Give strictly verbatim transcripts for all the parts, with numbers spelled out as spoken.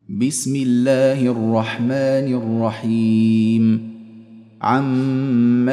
بسم الله الرحمن الرحيم عم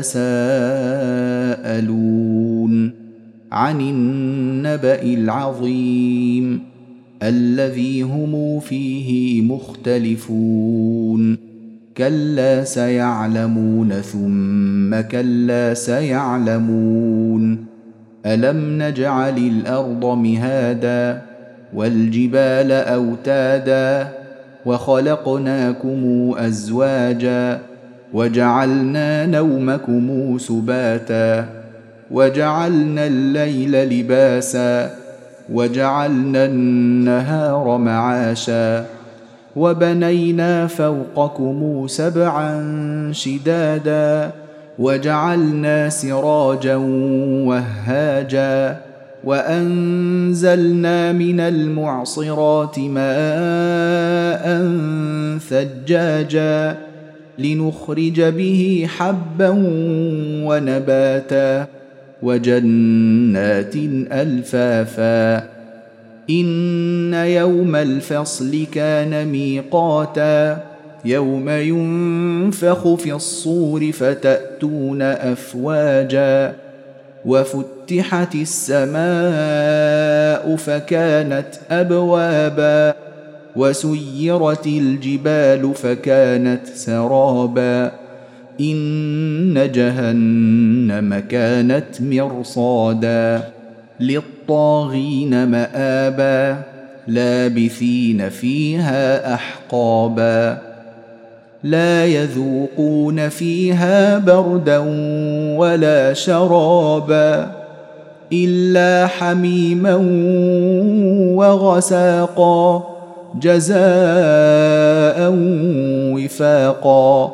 يتساءلون عن النبأ العظيم الذي هم فيه مختلفون كلا سيعلمون ثم كلا سيعلمون ألم نجعل الأرض مهادا والجبال أوتادا وخلقناكم أزواجا وجعلنا نومكم سباتا وجعلنا الليل لباسا وجعلنا النهار معاشا وبنينا فوقكم سبعا شدادا وجعلنا سراجا وهاجا وأنزلنا من المعصرات ماء ثجاجا لنخرج به حبا ونباتا وجنات ألفافا إن يوم الفصل كان ميقاتا يوم ينفخ في الصور فتأتون أفواجا وفتحت السماء فكانت أبوابا وسيرت الجبال فكانت سرابا إن جهنم كانت مرصادا للطاغين مآبا لابثين فيها أحقابا لا يذوقون فيها بردا ولا شرابا إلا حميما وغساقا جزاء وفاقا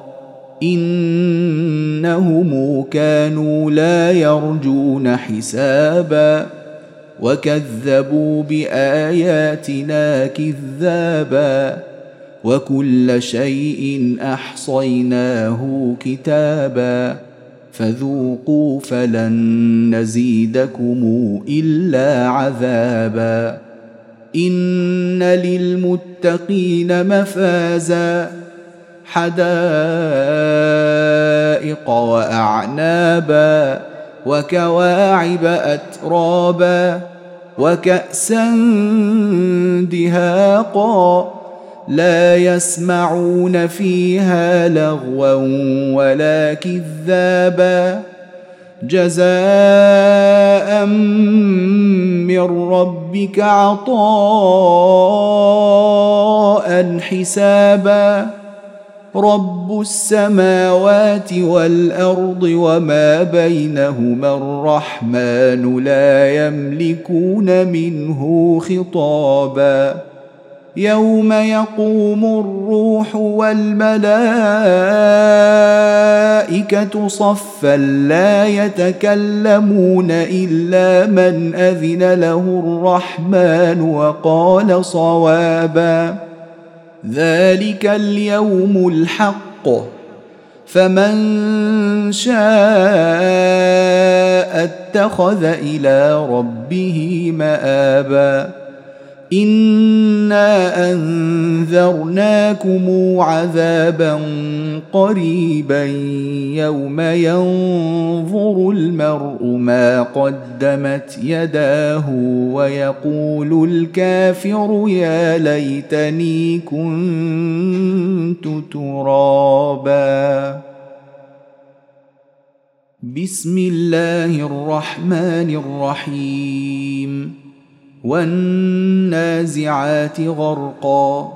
إنهم كانوا لا يرجون حسابا وكذبوا بآياتنا كذابا وكل شيء أحصيناه كتابا فذوقوا فلن نزيدكم إلا عذابا إن للمتقين مفازا حدائق وأعنابا وكواعب أترابا وكأسا دهاقا لا يسمعون فيها لغوا ولا كذابا جزاء من ربك عطاء حسابا رب السماوات والأرض وما بينهما الرحمن لا يملكون منه خطابا يوم يقوم الروح والملائكة صفا لا يتكلمون إلا من أذن له الرحمن وقال صوابا ذلك اليوم الحق فمن شاء اتخذ إلى ربه مآبا إنا أنذرناكم عذابا قريبا يوم ينظر المرء ما قدمت يداه ويقول الكافر يا ليتني كنت ترابا بسم الله الرحمن الرحيم والنازعات غرقا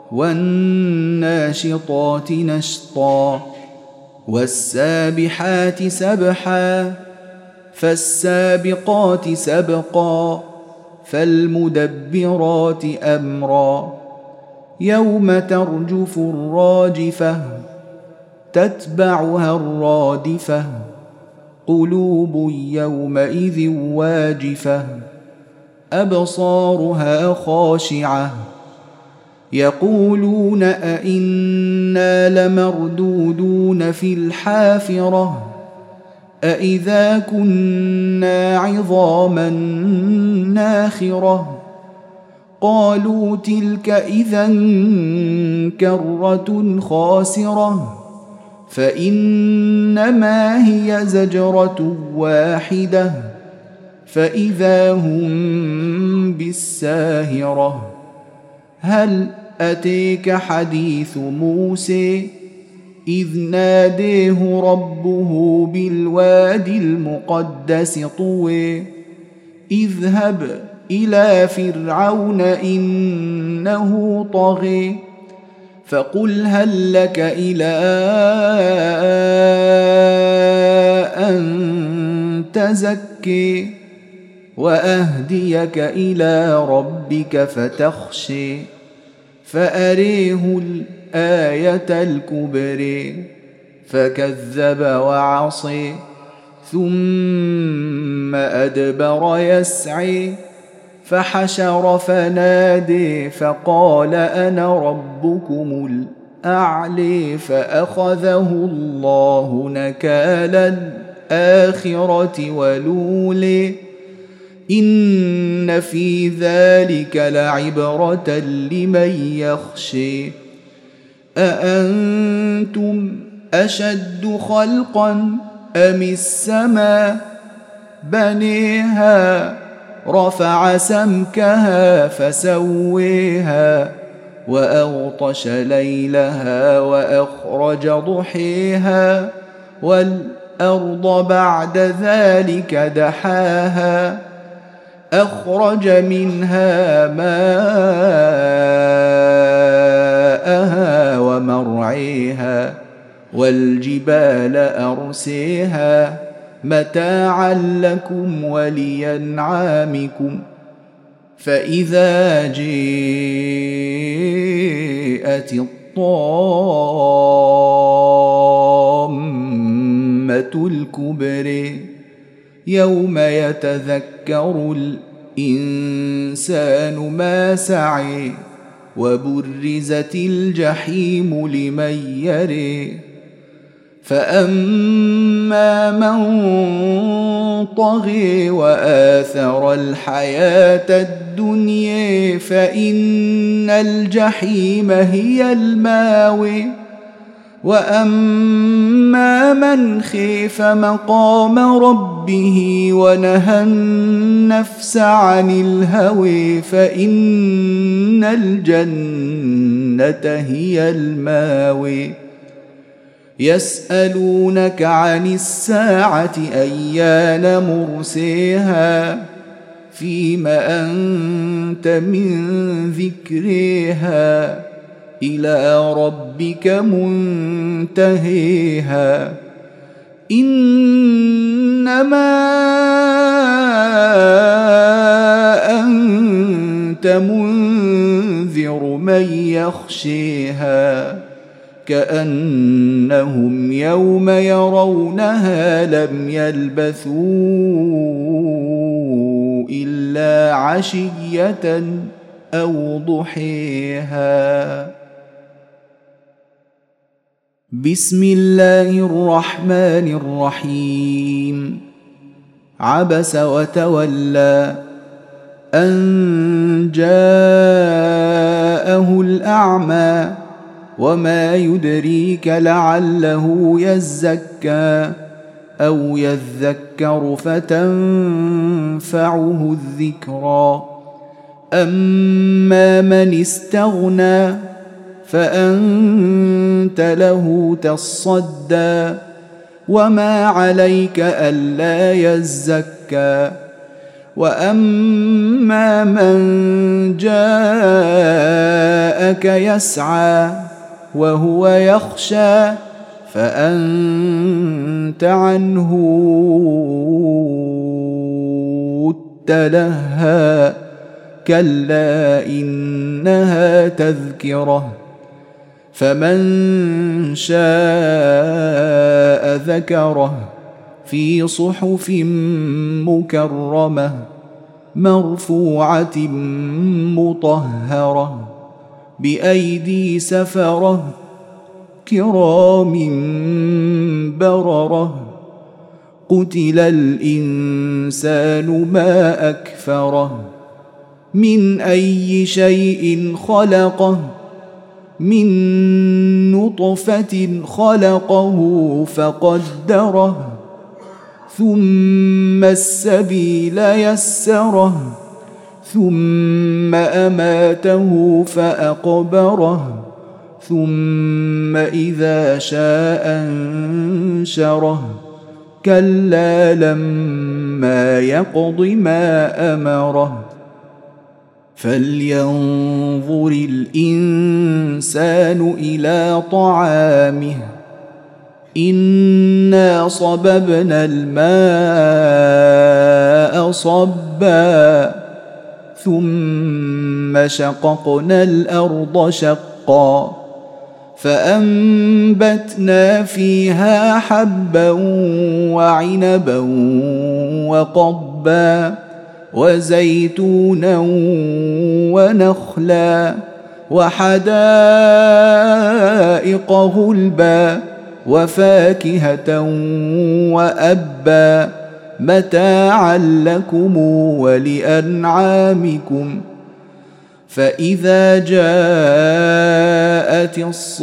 والناشطات نشطا والسابحات سبحا فالسابقات سبقا فالمدبرات أمرا يوم ترجف الراجفة تتبعها الرادفة قلوب يومئذ واجفة أبصارها خاشعة يقولون أئنا لمردودون في الحافرة أئذا كنا عظاما ناخرة قالوا تلك إذا كرة خاسرة فإنما هي زجرة واحدة فإذا هم بالساهرة هل أتيك حديث موسى إذ ناديه ربه بالوادي المقدس طوى اذهب إلى فرعون إنه طغى فقل هل لك إلى أن تزكي وأهديك إلى ربك فتخشي فأريه الآية الكبرى فكذب وعصي ثم أدبر يسعي فحشر فنادي فقال أنا ربكم الأعلى فأخذه الله نكال الآخرة والأولى إن في ذلك لعبرة لمن يخشى أأنتم أشد خلقا أم السماء بنيها رفع سمكها فسويها وأغطش ليلها وأخرج ضحيها والأرض بعد ذلك دحاها أخرج منها ماءها ومرعيها والجبال أرسيها متاعا لكم ولأنعامكم فإذا جاءت الطامة الكبرى يوم يتذكر الإنسان ما سعى وبرزت الجحيم لمن يرى فأما من طغى وآثر الحياة الدنيا فإن الجحيم هي الماوى وأما من خيف مقام ربه ونهى النفس عن الهوى فإن الجنة هي الماوى يسألونك عن الساعة أيان مرسيها فيم أنت من ذكرها إلى ربك منتهيها إنما أنت منذر من يخشيها كأنهم يوم يرونها لم يلبثوا إلا عشية أو ضحيها بسم الله الرحمن الرحيم عبس وتولى أن جاءه الأعمى وما يدريك لعله يزكى أو يذكر فتنفعه الذكرى أما من استغنى فأنت له تصدى وما عليك ألا يزكى وأما من جاءك يسعى وهو يخشى فأنت عنه تلهى كلا إنها تذكرة فمن شاء ذكره في صحف مكرمة مرفوعة مطهرة بأيدي سفرة كرام بررة قتل الإنسان ما أكفره من أي شيء خلقه من نطفة خلقه فقدره ثم السبيل يسره ثم أماته فأقبره ثم إذا شاء أنشره كلا لما يقض ما أمره فلينظر الإنسان إلى طعامه إنا صببنا الماء صبا ثم شققنا الأرض شقا فأنبتنا فيها حبا وعنبا وقضبا وزيتونا ونخلا وحدائق غلبا وفاكهة وأبا متاعا لكم ولأنعامكم فإذا جاءت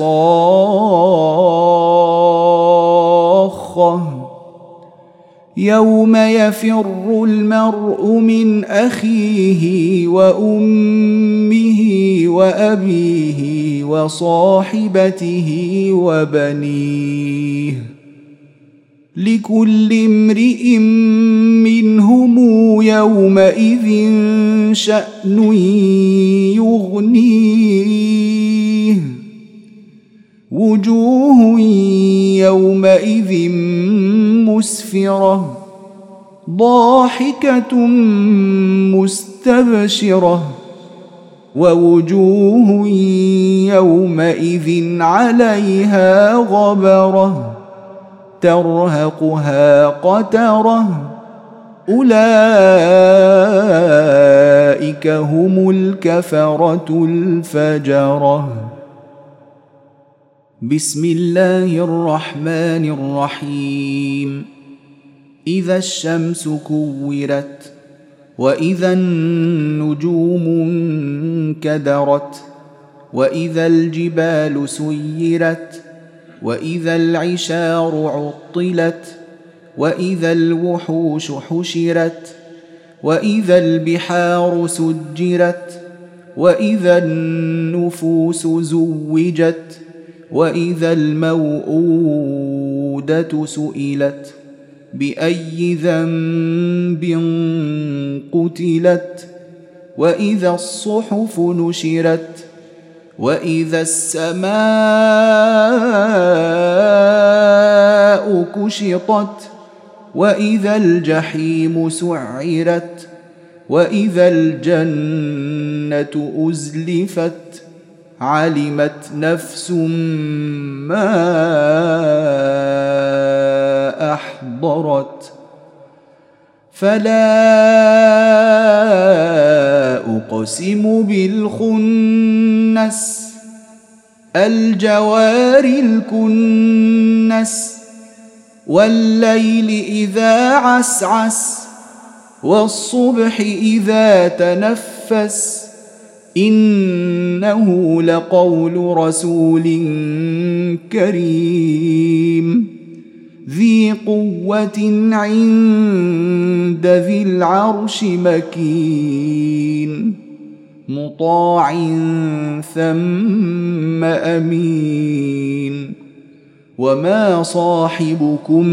الصاخة يوم يفر المرء من أخيه وأمه وأبيه وصاحبته وبنيه لكل امرئ منهم يومئذ شأن يغنيه وجوه يومئذ مسفرة ضاحكة مستبشرة ووجوه يومئذ عليها غبرة ترهقها قترة أولئك هم الكفرة الفجرة. بسم الله الرحمن الرحيم. إذا الشمس كورت وإذا النجوم انكدرت وإذا الجبال سيرت وإذا العشار عطلت وإذا الوحوش حشرت وإذا البحار سجرت وإذا النفوس زوجت وإذا الموءودة سئلت بأي ذنب قتلت وإذا الصحف نشرت وإذا السماء كشطت وإذا الجحيم سعرت وإذا الجنة أزلفت علمت نفس ما أحضرت فلا أقسم بالخنس الجوار الكنس والليل إذا عسعس والصبح إذا تنفس إنه لقول رسول كريم ذي قوة عند ذي العرش مكين مطاع ثم أمين وما صاحبكم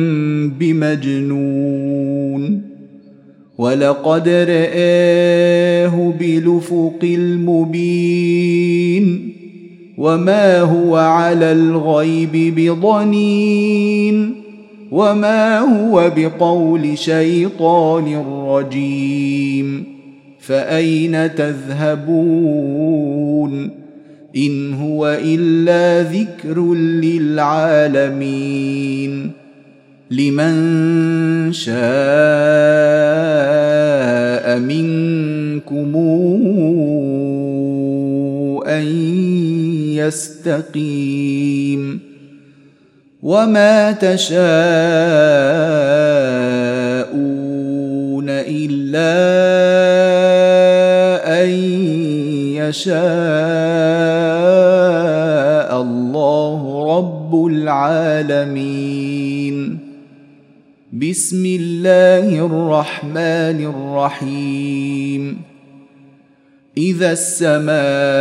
بمجنون ولقد رآه بالأفق المبين وما هو على الغيب بضنين وما هو بقول شيطان رجيم فأين تذهبون إن هو إلا ذكر للعالمين لمن شاء منكم أن يستقيم وما تشاءون إلا يشاء الله رب العالمين. بسم الله الرحمن الرحيم. إذا السماء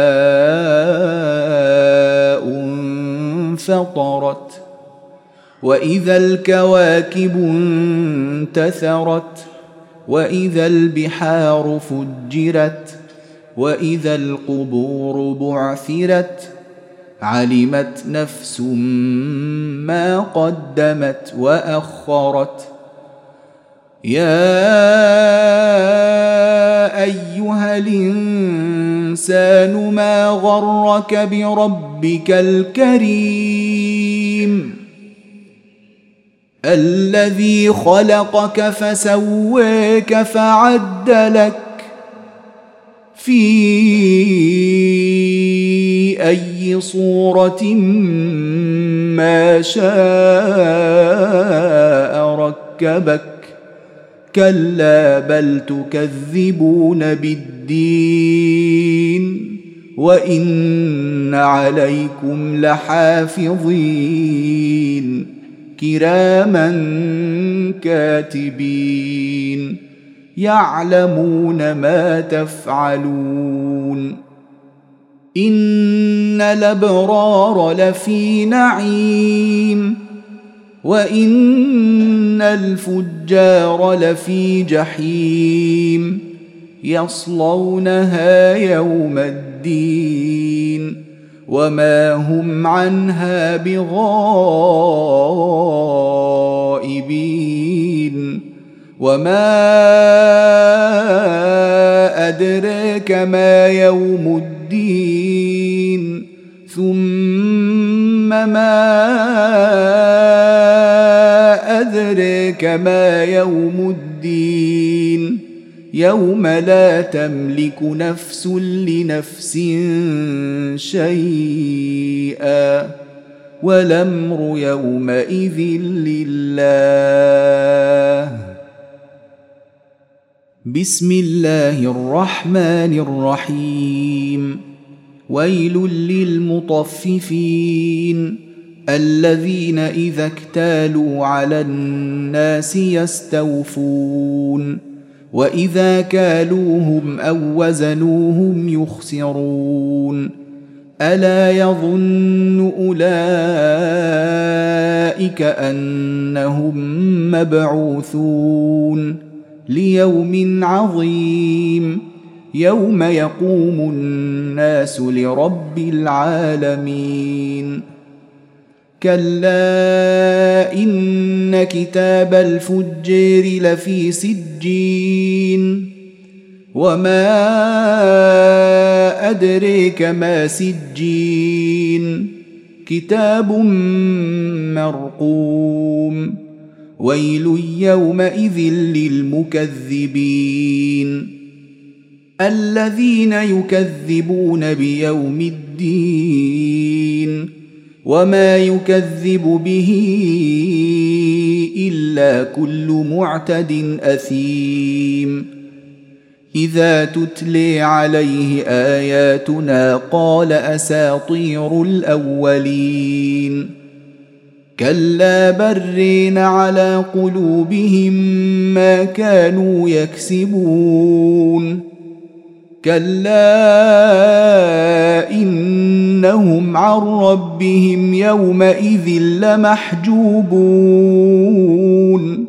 انفطرت وإذا الكواكب انتثرت وإذا البحار فجرت وإذا القبور بعثرت علمت نفس ما قدمت وأخرت. يا أيها الإنسان ما غرك بربك الكريم الذي خلقك فسواك فعدلك في أي صورة ما شاء ركبك. كلا بل تكذبون بالدين وإن عليكم لحافظين كراما كاتبين يعلمون ما تفعلون. إن الأبرار لفي نعيم وإن الفجار لفي جحيم يصلونها يوم الدين وما هم عنها بغائبين. وما أدراك ما يوم الدين ثم ما أدراك ما يوم الدين يوم لا تملك نفس لنفس شيئا والأمر يومئذ لله. بسم الله الرحمن الرحيم. ويل للمطففين الذين إذا اكتالوا على الناس يستوفون وإذا كالوهم أو وزنوهم يخسرون. ألا يظن أولئك أنهم مبعوثون ليوم عظيم يوم يقوم الناس لرب العالمين. كلا إن كتاب الفجار لفي سجين وما أدريك ما سجين كتاب مرقوم. ويل يومئذ للمكذبين الذين يكذبون بيوم الدين وما يكذب به إلا كل معتد أثيم. إذا تتلي عليه آياتنا قال أساطير الأولين. كلا برين على قلوبهم ما كانوا يكسبون. كلا إنهم عن ربهم يومئذ لمحجوبون.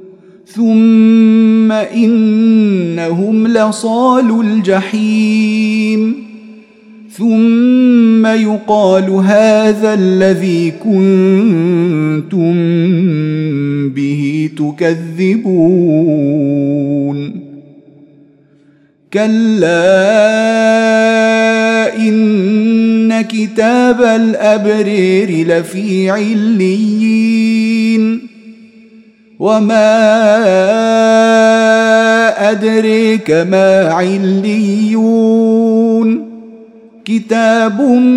ثم إنهم لصالو الجحيم ثم يقال هذا الذي كنتم به تكذبون. كلا إن كتاب الأبرار لفي عليين وما أدريك ما عليون كتاب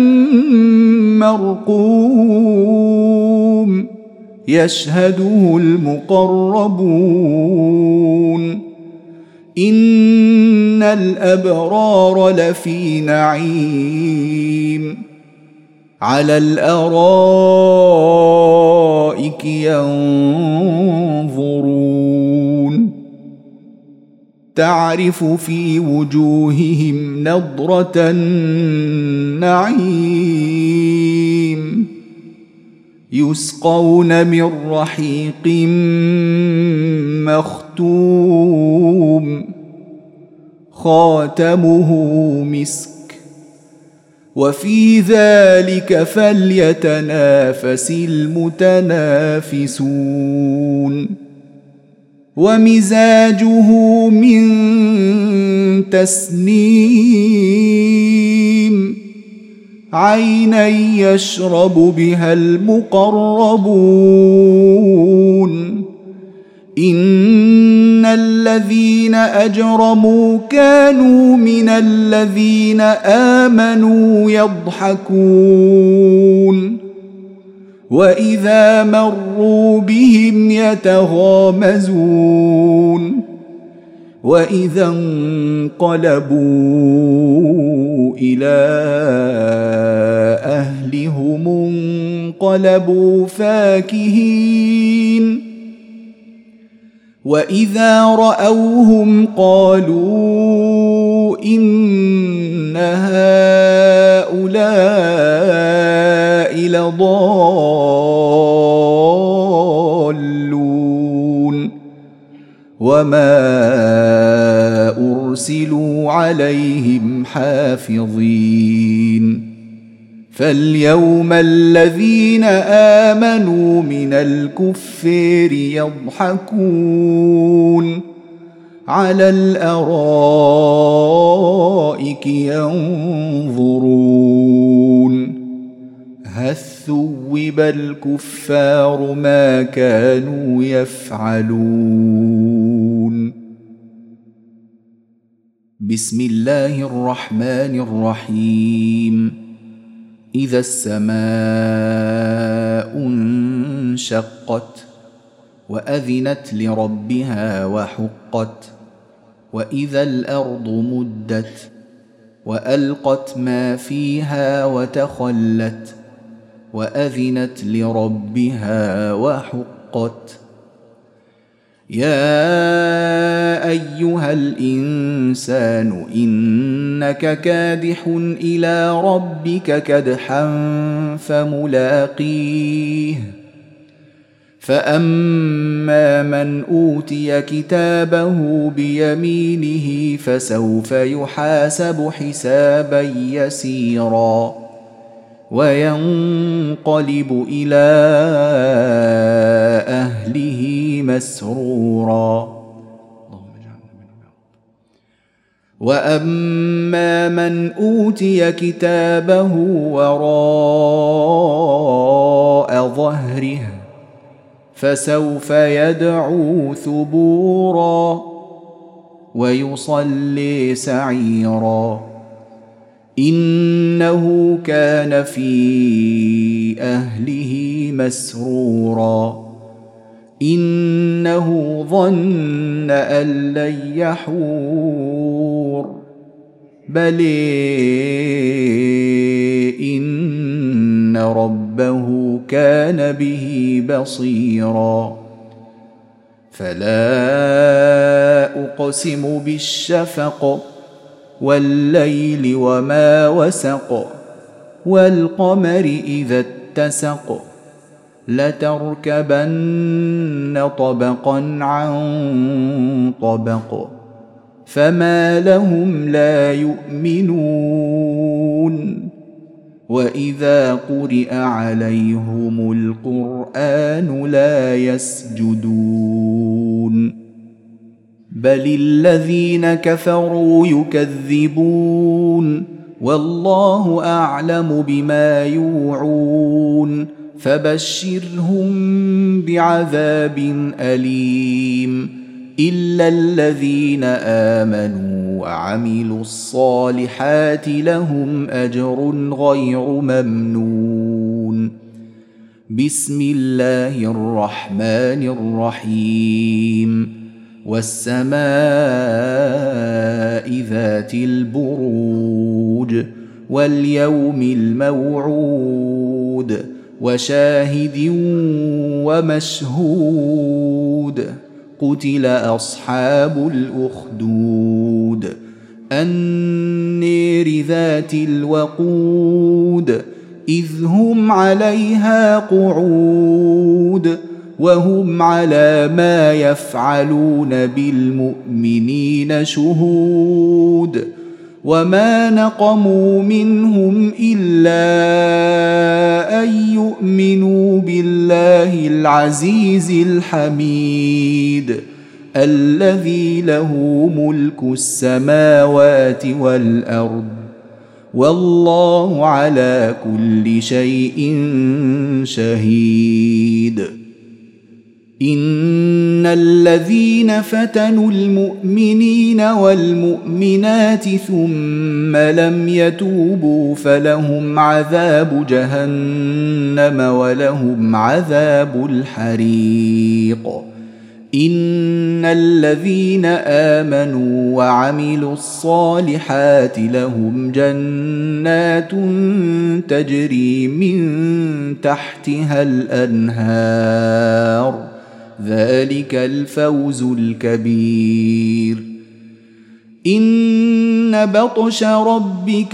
مرقوم يشهده المقربون. إن إن الأبرار لفي نعيم على الأرائك ينظرون تعرف في وجوههم نضرة النعيم يسقون من رحيق مختوم خاتمه مسك وفي ذلك فليتنافس المتنافسون ومزاجه من تسنيم عينا يشرب بها المقربون إن الذين أجرموا كانوا من الذين آمنوا يضحكون وإذا مروا بهم يتغامزون وإذا انقلبوا إلى أهلهم انقلبوا فاكهين وإذا رأوهم قالوا إن هؤلاء لضالون وما أرسلوا عليهم حافظين فاليوم الذين آمنوا من الكفار يضحكون على الأرائك ينظرون هل ثوب الكفار ما كانوا يفعلون بسم الله الرحمن الرحيم إذا السماء انشقت وأذنت لربها وحقت وإذا الأرض مدت وألقت ما فيها وتخلت وأذنت لربها وحقت يا أيها الإنسان إنك كادح إلى ربك كدحا فملاقيه فأما من أوتي كتابه بيمينه فسوف يحاسب حسابا يسيرا وينقلب إلى أهله مسرورا وأما من أوتي كتابه وراء ظهره فسوف يدعو ثبورا ويصلي سعيرا إنه كان في أهله مسرورا إنه ظن أن لن يحور بل إن ربه كان به بصيرا فلا أقسم بالشفق والليل وما وسق والقمر إذا اتسق لتركبن طبقا عن طبق فما لهم لا يؤمنون وإذا قرئ عليهم القرآن لا يسجدون بل الذين كفروا يكذبون والله أعلم بما يوعون فبشرهم بعذاب أليم إلا الذين آمنوا وعملوا الصالحات لهم أجر غير ممنون بسم الله الرحمن الرحيم والسماء ذات البروج واليوم الموعود وشاهد ومشهود قتل أصحاب الأخدود النير ذات الوقود إذ هم عليها قعود وهم على ما يفعلون بالمؤمنين شهود وما نقموا منهم إلا أن يؤمنوا بالله العزيز الحميد الذي له ملك السماوات والأرض والله على كل شيء شهيد إن الذين فتنوا المؤمنين والمؤمنات ثم لم يتوبوا فلهم عذاب جهنم ولهم عذاب الحريق إن الذين آمنوا وعملوا الصالحات لهم جنات تجري من تحتها الأنهار ذلك الفوز الكبير إن بطش ربك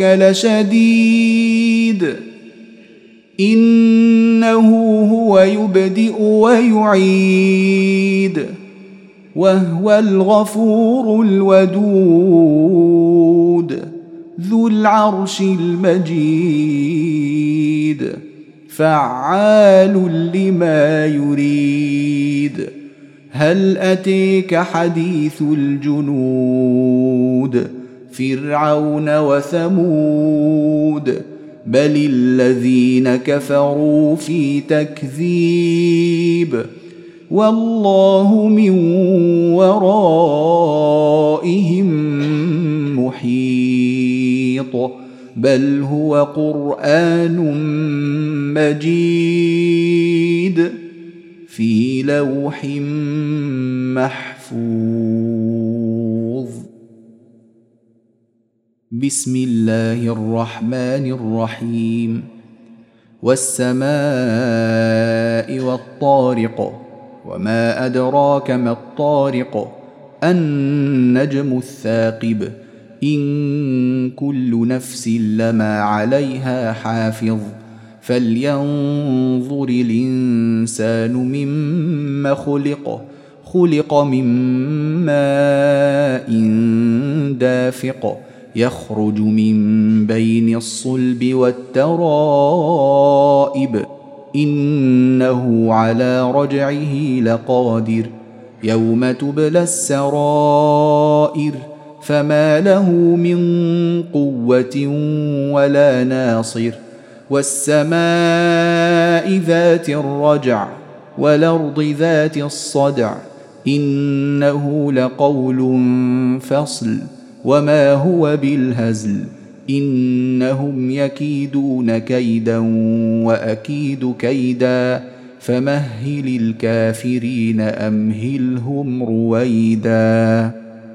لشديد إنه هو يبدئ ويعيد وهو الغفور الودود ذو العرش المجيد فعال لما يريد هل أتيك حديث الجنود فرعون وثمود بل الذين كفروا في تكذيب والله من ورائهم محيط بل هو قرآن مجيد في لوح محفوظ بسم الله الرحمن الرحيم والسماء والطارق وما أدراك ما الطارق النجم الثاقب إن كل نفس لما عليها حافظ فلينظر الإنسان مما خلق خلق من ماء دافق يخرج من بين الصلب والترائب إنه على رجعه لقادر يوم تبلى السرائر فما له من قوة ولا ناصر والسماء ذات الرجع والأرض ذات الصدع إنه لقول فصل وما هو بالهزل إنهم يكيدون كيدا وأكيد كيدا فمهل الكافرين أمهلهم رويدا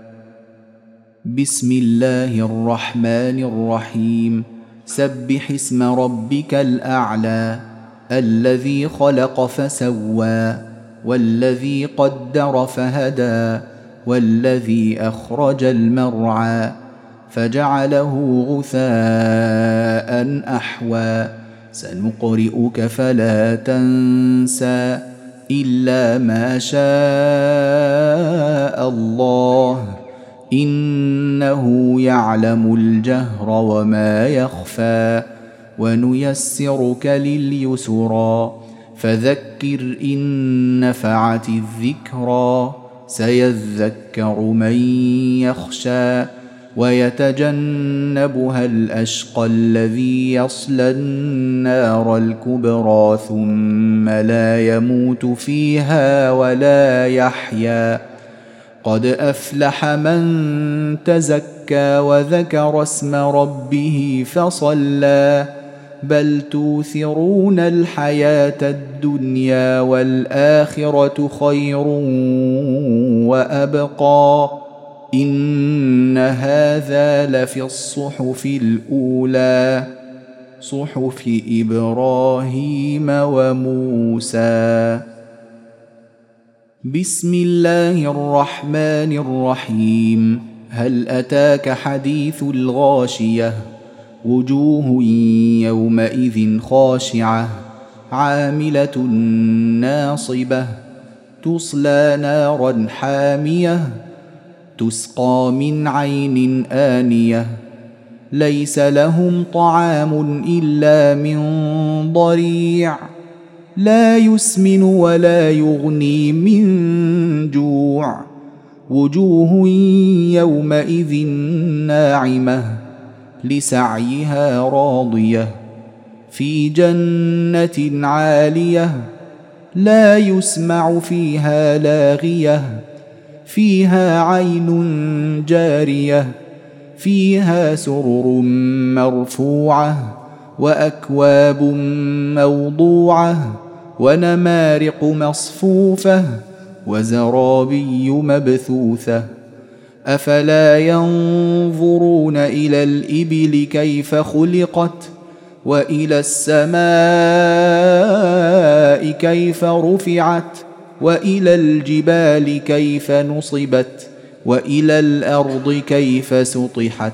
بسم الله الرحمن الرحيم سبح اسم ربك الأعلى الذي خلق فسوى والذي قدر فهدى والذي أخرج المرعى فجعله غثاء أحوى سنقرئك فلا تنسى إلا ما شاء الله إنه يعلم الجهر وما يخفى ونيسرك لليسرى فذكر إن نفعت الذكرى سيذكر من يخشى ويتجنبها الأشقى الذي يصلى النار الكبرى ثم لا يموت فيها ولا يحيا قد أفلح من تزكى وذكر اسم ربه فصلى بل توثرون الحياة الدنيا والآخرة خير وأبقى إن هذا لفي الصحف الأولى صحف إبراهيم وموسى. بسم الله الرحمن الرحيم. هل أتاك حديث الغاشية وجوه يومئذ خاشعة عاملة ناصبة تصلى نارا حامية تسقى من عين آنية ليس لهم طعام إلا من ضريع لا يسمن ولا يغني من جوع وجوه يومئذ ناعمة لسعيها راضية في جنة عالية لا يسمع فيها لاغية فيها عين جارية فيها سرر مرفوعة وأكواب موضوعة ونمارق مصفوفة وزرابي مبثوثة أفلا ينظرون إلى الإبل كيف خلقت وإلى السماء كيف رفعت وإلى الجبال كيف نصبت وإلى الأرض كيف سطحت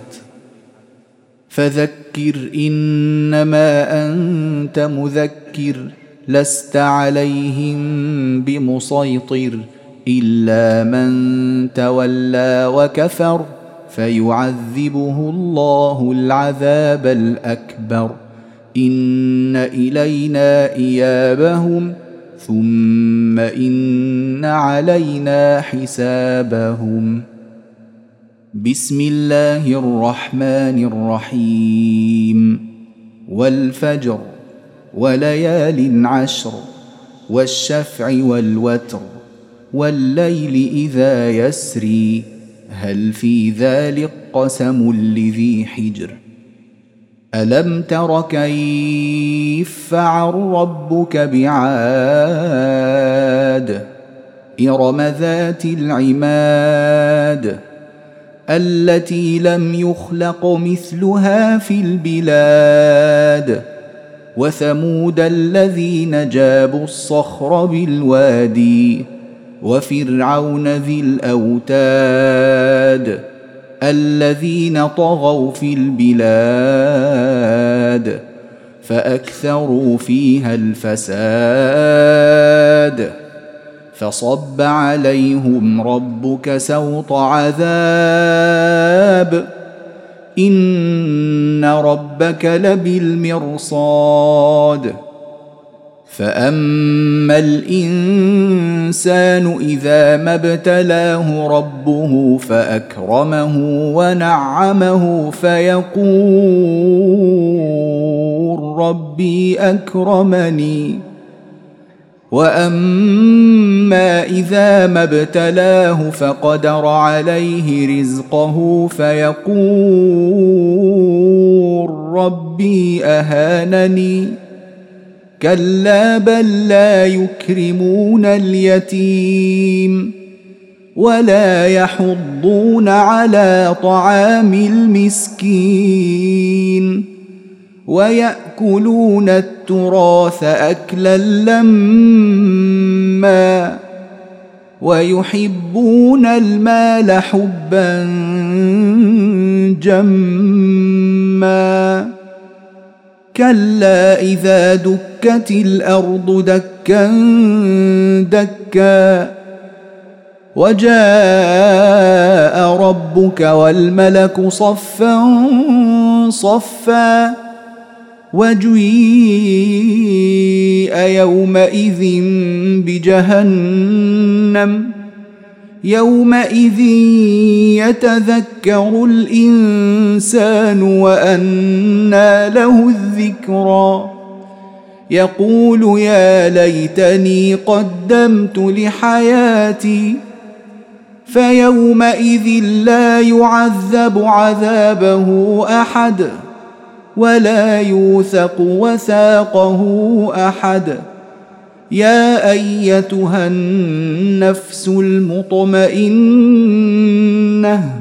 فذكر إنما أنت مذكر لست عليهم بمسيطر إلا من تولى وكفر فيعذبه الله العذاب الأكبر إن إلينا إيابهم ثم إن علينا حسابهم. بسم الله الرحمن الرحيم. والفجر وليال عشر والشفع والوتر والليل إذا يسري هل في ذلك قسم لذي حجر ألم تر كيف فعل ربك بعاد إرم ذات العماد التي لم يخلق مثلها في البلاد وثمود الذين جابوا الصخر بالوادي وفرعون ذي الأوتاد الذين طغوا في البلاد فأكثروا فيها الفساد فصب عليهم ربك سوط عذاب إن ربك لبالمرصاد فأما الإنسان إذا ما ابتلاه ربه فأكرمه ونعمه فيقول ربي أكرمني وأما إذا ما ابتلاه فقدر عليه رزقه فيقول ربي أهانني كلا بل لا يكرمون اليتيم ولا يحضون على طعام المسكين ويأكلون التراث أكلا لما ويحبون المال حبا جما كلا إذا دكت الأرض دكا دكا وجاء ربك والملك صفا صفا وجيء يومئذ بجهنم يومئذ يتذكر الإنسان وأنى له الذكرى يقول يا ليتني قدمت لحياتي فيومئذ لا يعذب عذابه أحد ولا يوثق وثاقه أحد. يا أيتها النفس المطمئنة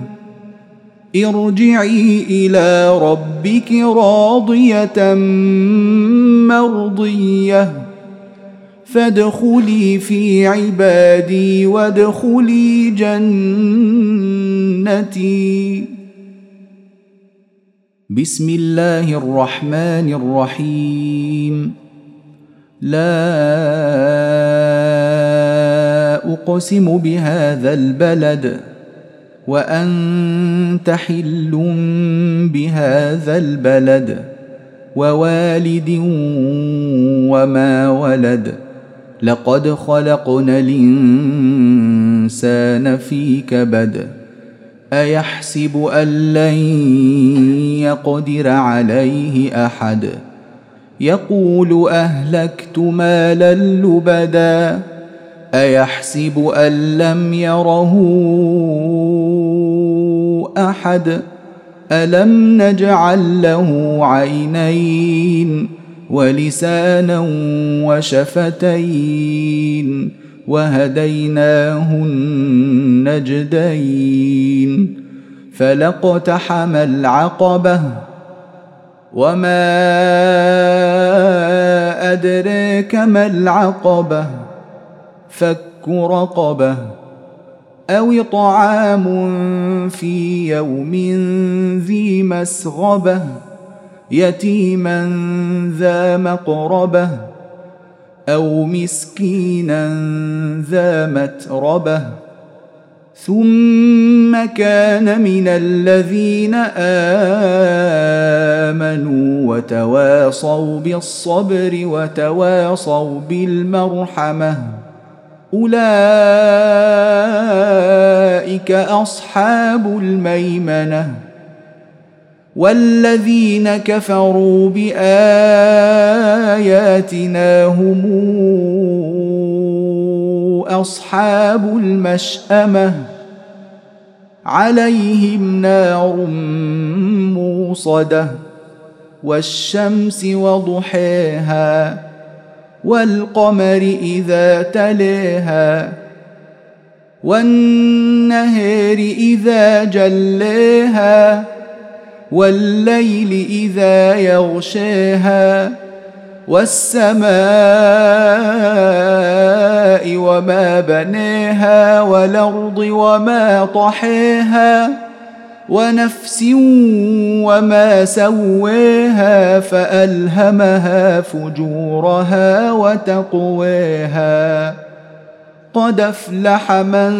ارجعي إلى ربك راضية مرضية فادخلي في عبادي وادخلي جنتي. بسم الله الرحمن الرحيم. لا أقسم بهذا البلد وأنت حل بهذا البلد ووالد وما ولد لقد خلقنا الإنسان في كبد أيحسب أن لن يقدر عليه أحد يقول أهلكت مالا لبدا أيحسب أن لم يره أحد ألم نجعل له عينين ولسانا وشفتين وهديناه النجدين فلاقتحم العقبة وما أدراك ما العقبة فك رقبة أو طعام في يوم ذي مسغبة يتيما ذا مقربة أو مسكينا ذا متربة ثم كان من الذين آمنوا وتواصوا بالصبر وتواصوا بالمرحمة أولئك أصحاب الميمنة. والذين كفروا بآياتنا هم أصحاب المشأمة عليهم نار موصدة والشمس وضحيها والقمر إذا تليها والنهار إذا جليها والليل إذا يغشيها والسماء وما بنيها والأرض وما طحيها ونفس وما سويها فألهمها فجورها وتقويها قد أفلح من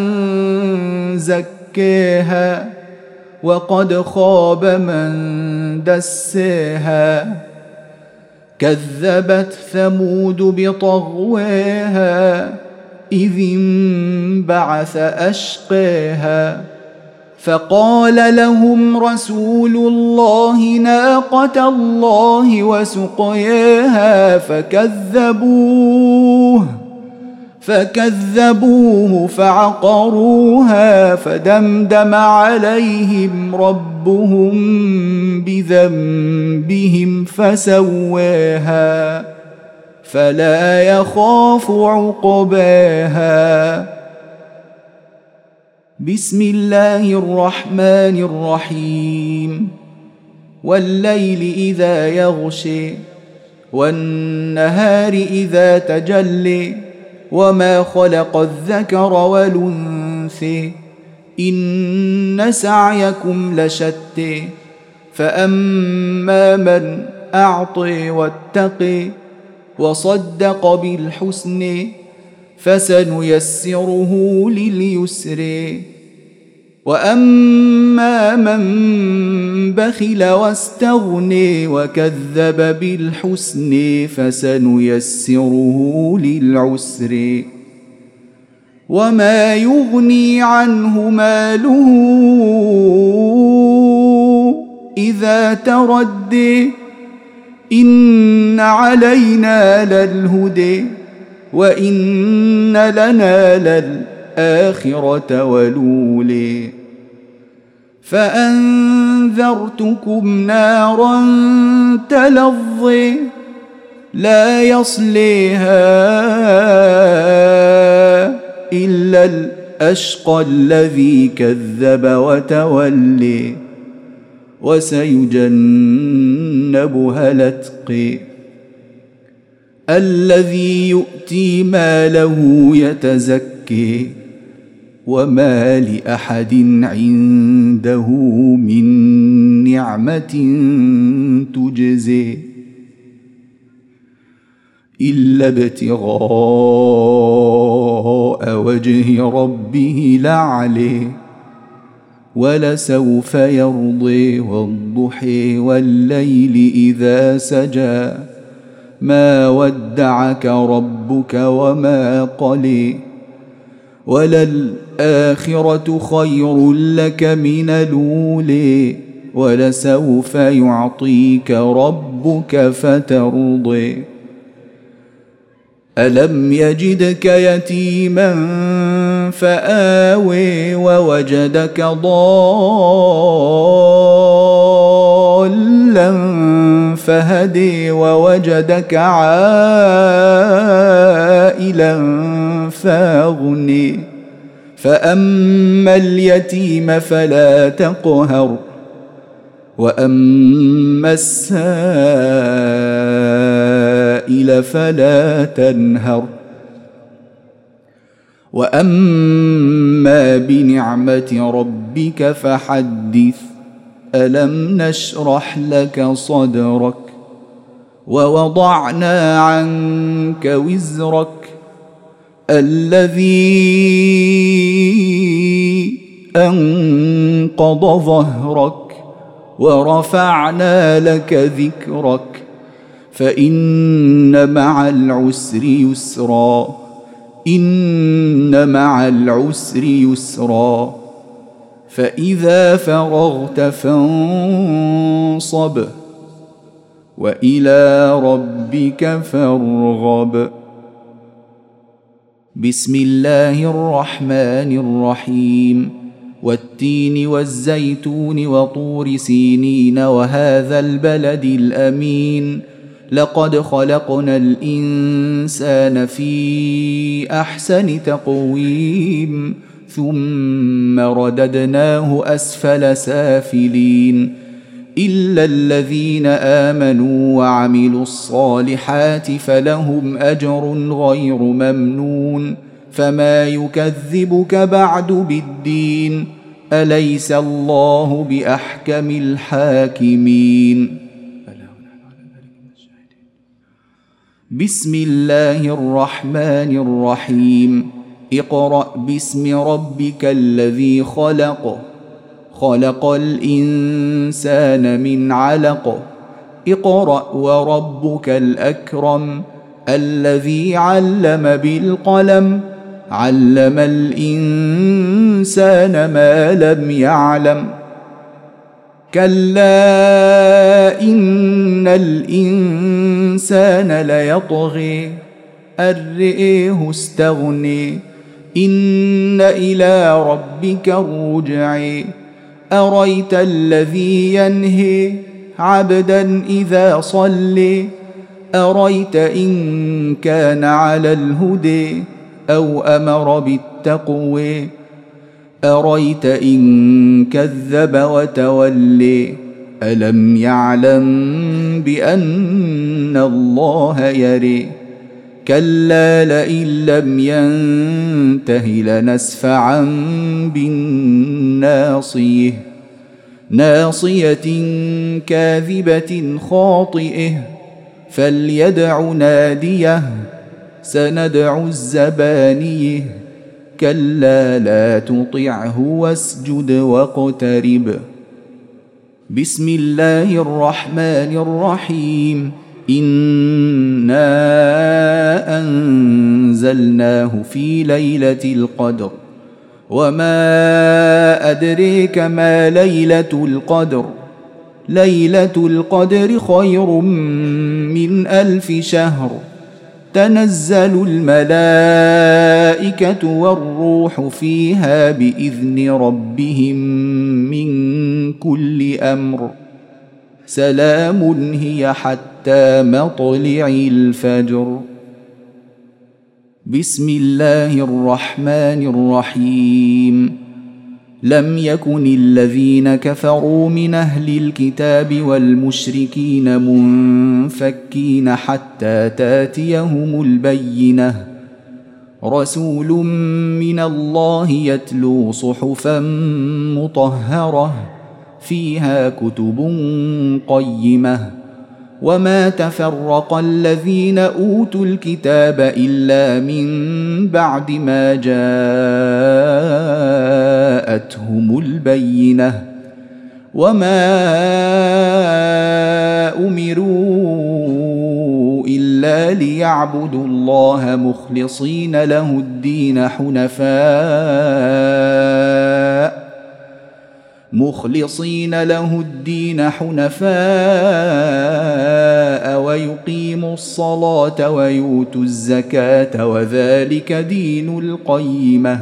زكيها وقد خاب من دسيها كذبت ثمود بطغويها إذ انبعث أشقيها فقال لهم رسول الله ناقة الله وسقياها فكذبوه فكذبوه فعقروها فدمدم عليهم ربهم بذنبهم فسواها فلا يخاف عقباها. بسم الله الرحمن الرحيم. والليل إذا يغشي والنهار إذا تجلي وما خلق الذكر والأنثى إن سعيكم لشتى فأما من أعطي واتقي وصدق بالحسن فسنيسره لليسر وأما من بخل واستغني وكذب بالحسن فسنيسره للعسر وما يغني عنه ماله إذا تردي إن علينا للهدى وإن لنا للآخرة والأولى فأنذرتكم نارا تلظي لا يصليها إلا الأشقى الذي كذب وتولي وسيجنبها الأتقي الذي يؤتي ماله يتزكي وما لأحد عنده من نعمة تجزي إلا ابتغاء وجه ربه الأعلى ولسوف يرضي والضحى والليل إذا سجى ما ودعك ربك وما قلي وللآخرة خير لك من الأولى ولسوف يعطيك ربك فترضي ألم يجدك يتيما فآوي ووجدك ضالا فهدي ووجدك عائلا فاغني فأما اليتيم فلا تقهر وأما السائل فلا تنهر وأما بنعمة ربك فحدث ألم نشرح لك صدرك ووضعنا عنك وزرك الذي أنقض ظهرك ورفعنا لك ذكرك فإن مع العسر يسرا إن مع العسر يسرا فإذا فرغت فانصب وإلى ربك فارغب بسم الله الرحمن الرحيم والتين والزيتون وطور سينين وهذا البلد الأمين لقد خلقنا الإنسان في أحسن تقويم ثم رددناه أسفل سافلين إلا الذين آمنوا وعملوا الصالحات فلهم أجر غير ممنون فما يكذبك بعد بالدين أليس الله بأحكم الحاكمين بسم الله الرحمن الرحيم اقرأ باسم ربك الذي خلق خلق الإنسان من علق اقرأ وربك الأكرم الذي علم بالقلم علم الإنسان ما لم يعلم كلا إن الإنسان ليطغي أن رآه استغني إن إلى ربك الرجع أريت الذي ينهي عبدا إذا صلي أريت إن كان على الهدى أو أمر بالتقوى أريت إن كذب وتولي ألم يعلم بأن الله يري كلا لئن لم ينته لنسفعا بالناصيه ناصية كاذبة خاطئه فليدع ناديه سندع الزبانيه كلا لا تطعه واسجد واقترب بسم الله الرحمن الرحيم إنا أنزلناه في ليلة القدر وما أدريك ما ليلة القدر ليلة القدر خير من ألف شهر تنزل الملائكة والروح فيها بإذن ربهم من كل أمر سلام هي حتى مطلع الفجر. بسم الله الرحمن الرحيم. لم يكن الذين كفروا من أهل الكتاب والمشركين منفكين حتى تاتيهم البينة رسول من الله يتلو صحفا مطهرة فيها كتب قيمة وما تفرق الذين أوتوا الكتاب إلا من بعد ما جاءتهم البينة وما أمروا إلا ليعبدوا الله مخلصين له الدين حنفاء مخلصين له الدين حنفاء ويقيموا الصلاة ويؤتوا الزكاة وذلك دين القيمة.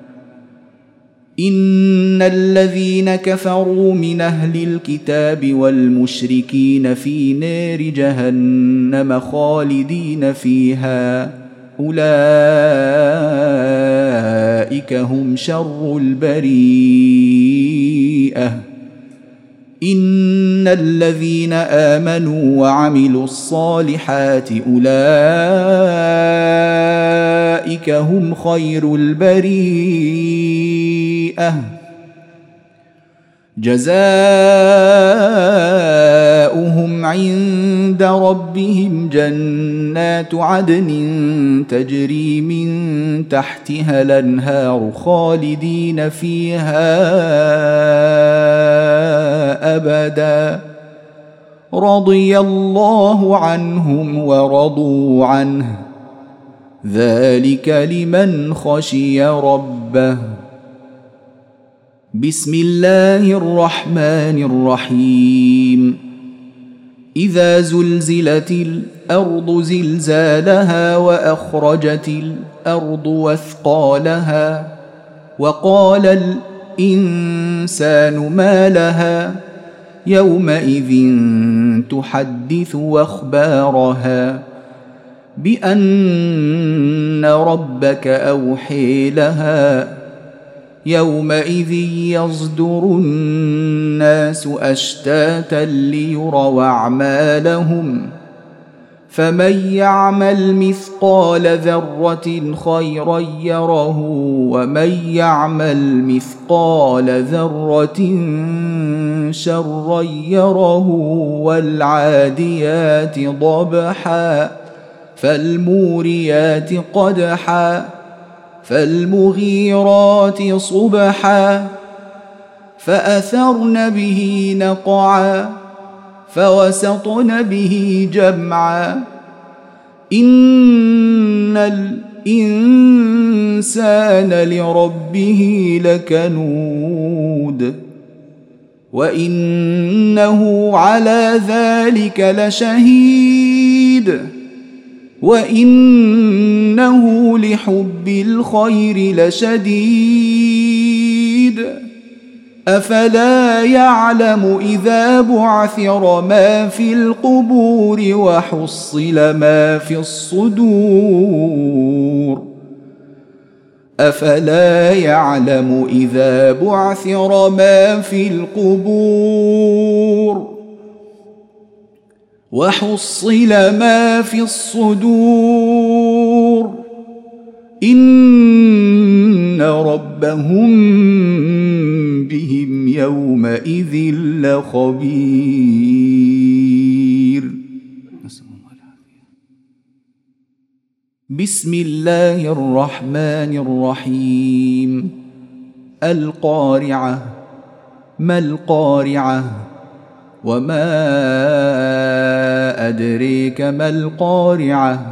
إن الذين كفروا من أهل الكتاب والمشركين في نار جهنم خالدين فيها أولئك هم شر البريئة. إن الذين آمنوا وعملوا الصالحات أولئك هم خير البريئة جزاؤهم عند ربهم جنات عدن تجري من تحتها الأنهار خالدين فيها أبدا رضي الله عنهم ورضوا عنه ذلك لمن خشي ربه. بسم الله الرحمن الرحيم. إذا زلزلت الأرض زلزالها وأخرجت الأرض وثقالها وقال الإنسان ما لها يومئذ تحدث أخبارها بأن ربك أوحي لها يومئذ يصدر الناس أشتاتا ليروا أعمالهم فمن يعمل مثقال ذرة خيرا يره ومن يعمل مثقال ذرة شرا يره والعاديات ضبحا فالموريات قدحا فالمغيرات صبحا فأثرن به نقعا فوسطن به جمعا إن الإنسان لربه لكنود وإنه على ذلك لشهيد وإنه لحب الخير لشديد أفلا يعلم إذا بعثر ما في القبور وحصل ما في الصدور أفلا يعلم إذا بعثر ما في القبور وحصل ما في الصدور إن ربهم بهم يومئذ لخبير. بسم الله الرحمن الرحيم. القارعة ما القارعة وما أدريك ما القارعة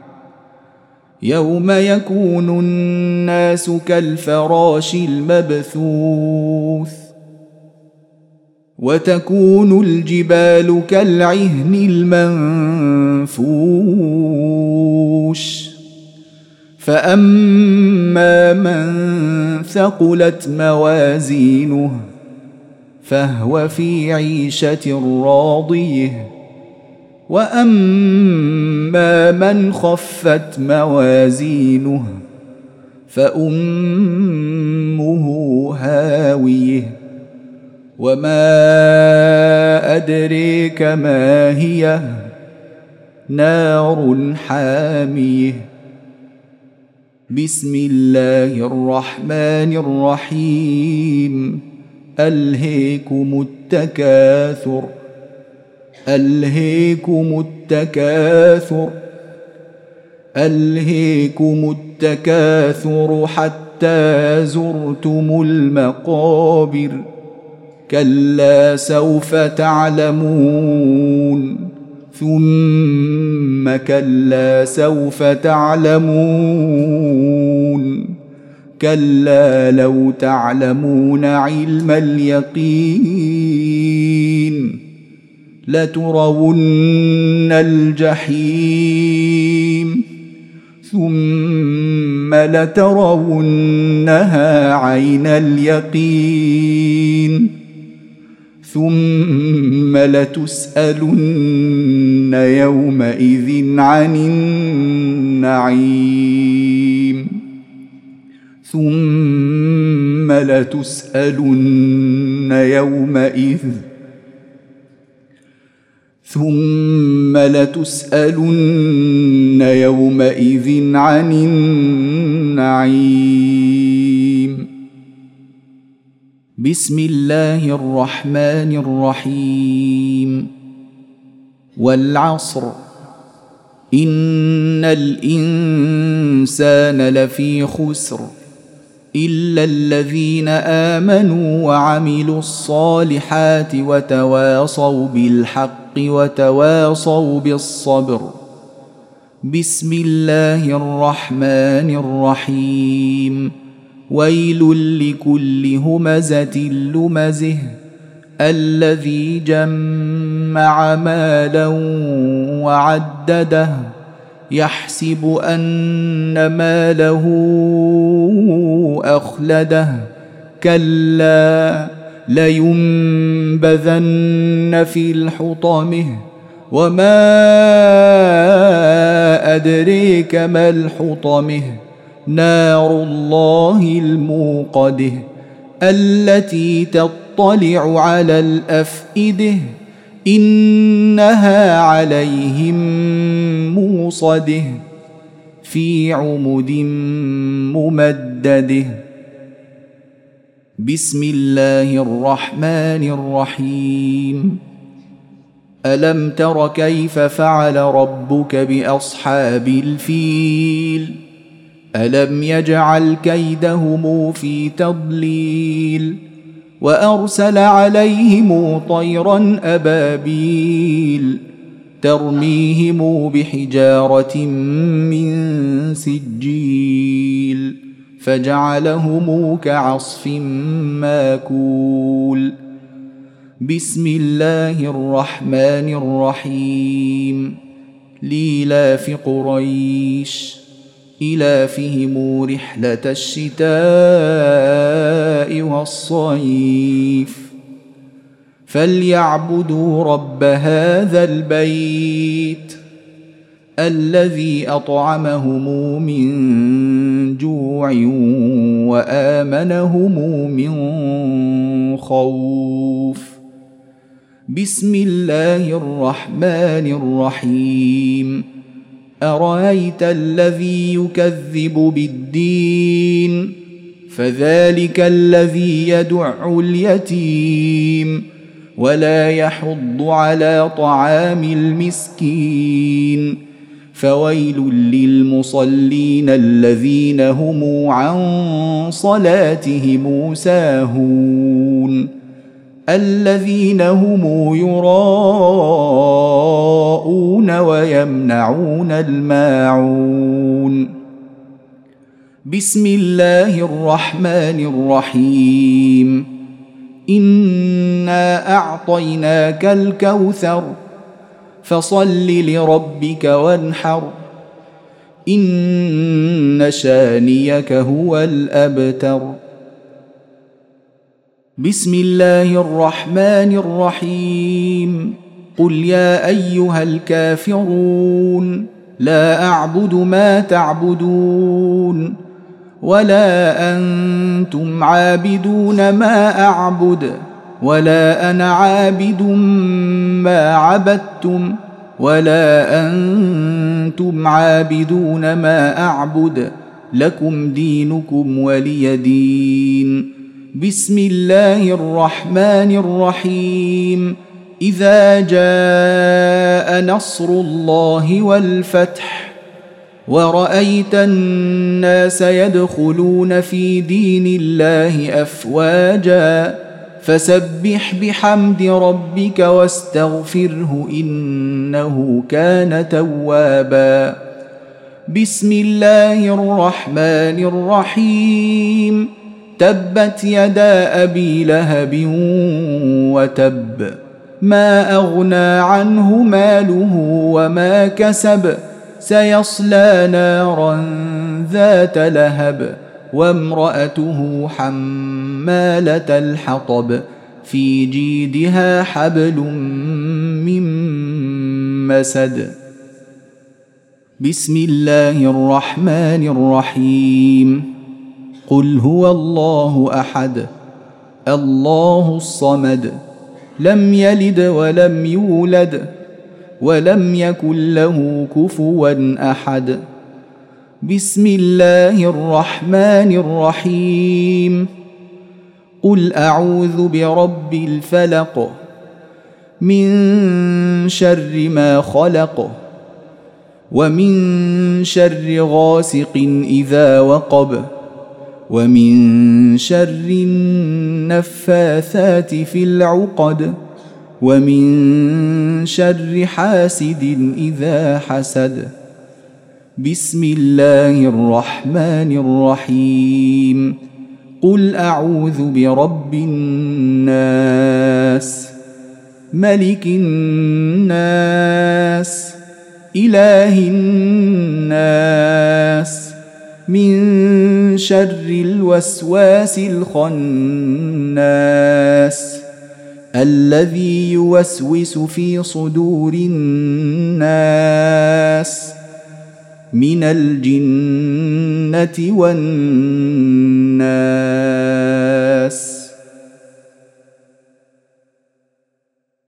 يوم يكون الناس كالفراش المبثوث وتكون الجبال كالعهن المنفوش فأما من ثقلت موازينه فهو في عيشة راضية وأما من خفت موازينه فأمه هاوية وما أدريك ما هي نار حامية بسم الله الرحمن الرحيم ألهيكم التكاثر ألهيكم التكاثر ألهيكم التكاثر حتى زرتم المقابر كلا سوف تعلمون ثم كلا سوف تعلمون كلا لو تعلمون علم اليقين لترون الجحيم ثم لترونها عين اليقين ثم لتسألن يومئذ عن النعيم ثم لتسألن يومئذ ثم لتسألن يومئذ عن النعيم بسم الله الرحمن الرحيم والعصر إن الإنسان لفي خسر إلا الذين آمنوا وعملوا الصالحات وتواصوا بالحق وتواصوا بالصبر بسم الله الرحمن الرحيم ويل لكل همزة لمزه الذي جمع مالا وعدده يحسب أن ماله أخلده كلا لينبذن في الحطمه وما أدريك ما الحطمه نار الله الموقده التي تطلع على الأفئدة إنها عليهم موصده في عمد ممدده بسم الله الرحمن الرحيم ألم تر كيف فعل ربك بأصحاب الفيل ألم يجعل كيدهم في تضليل وأرسل عليهم طيرا أبابيل ترميهم بحجارة من سجيل فجعلهم كعصف ماكول بسم الله الرحمن الرحيم لإيلاف قريش إيلافهم رحلة الشتاء والصيف فليعبدوا رب هذا البيت الذي أطعمهم من جوع وآمنهم من خوف بسم الله الرحمن الرحيم أرأيت الذي يكذب بالدين فذلك الذي يدع اليتيم ولا يحض على طعام المسكين فويل للمصلين الذين هم عن صلاتهم ساهون الذين هم يراءون ويمنعون الماعون بسم الله الرحمن الرحيم إنا أعطيناك الكوثر فصل لربك وانحر إن شانيك هو الأبتر. بسم الله الرحمن الرحيم. قل يا أيها الكافرون لا أعبد ما تعبدون ولا أنتم عابدون ما أعبد ولا أنا عابد ما عبدتم ولا أنتم عابدون ما أعبد لكم دينكم ولي دين. بسم الله الرحمن الرحيم. إذا جاء نصر الله والفتح ورأيت الناس يدخلون في دين الله أفواجا فسبح بحمد ربك واستغفره إنه كان توابا. بسم الله الرحمن الرحيم. تبت يدا أبي لهب وتب ما أغنى عنه ماله وما كسب سيصلى نارا ذات لهب وامرأته حمالة الحطب في جيدها حبل من مسد. بسم الله الرحمن الرحيم. قل هو الله أحد الله الصمد لم يلد ولم يولد ولم يكن له كفوا أحد. بسم الله الرحمن الرحيم. قل أعوذ برب الفلق من شر ما خلق ومن شر غاسق إذا وقب ومن شر النفاثات في العقد ومن شر حاسد إذا حسد. بسم الله الرحمن الرحيم. قل أعوذ برب الناس ملك الناس إله الناس من شر الوسواس الخناس الذي يوسوس في صدور الناس من الجنة والناس.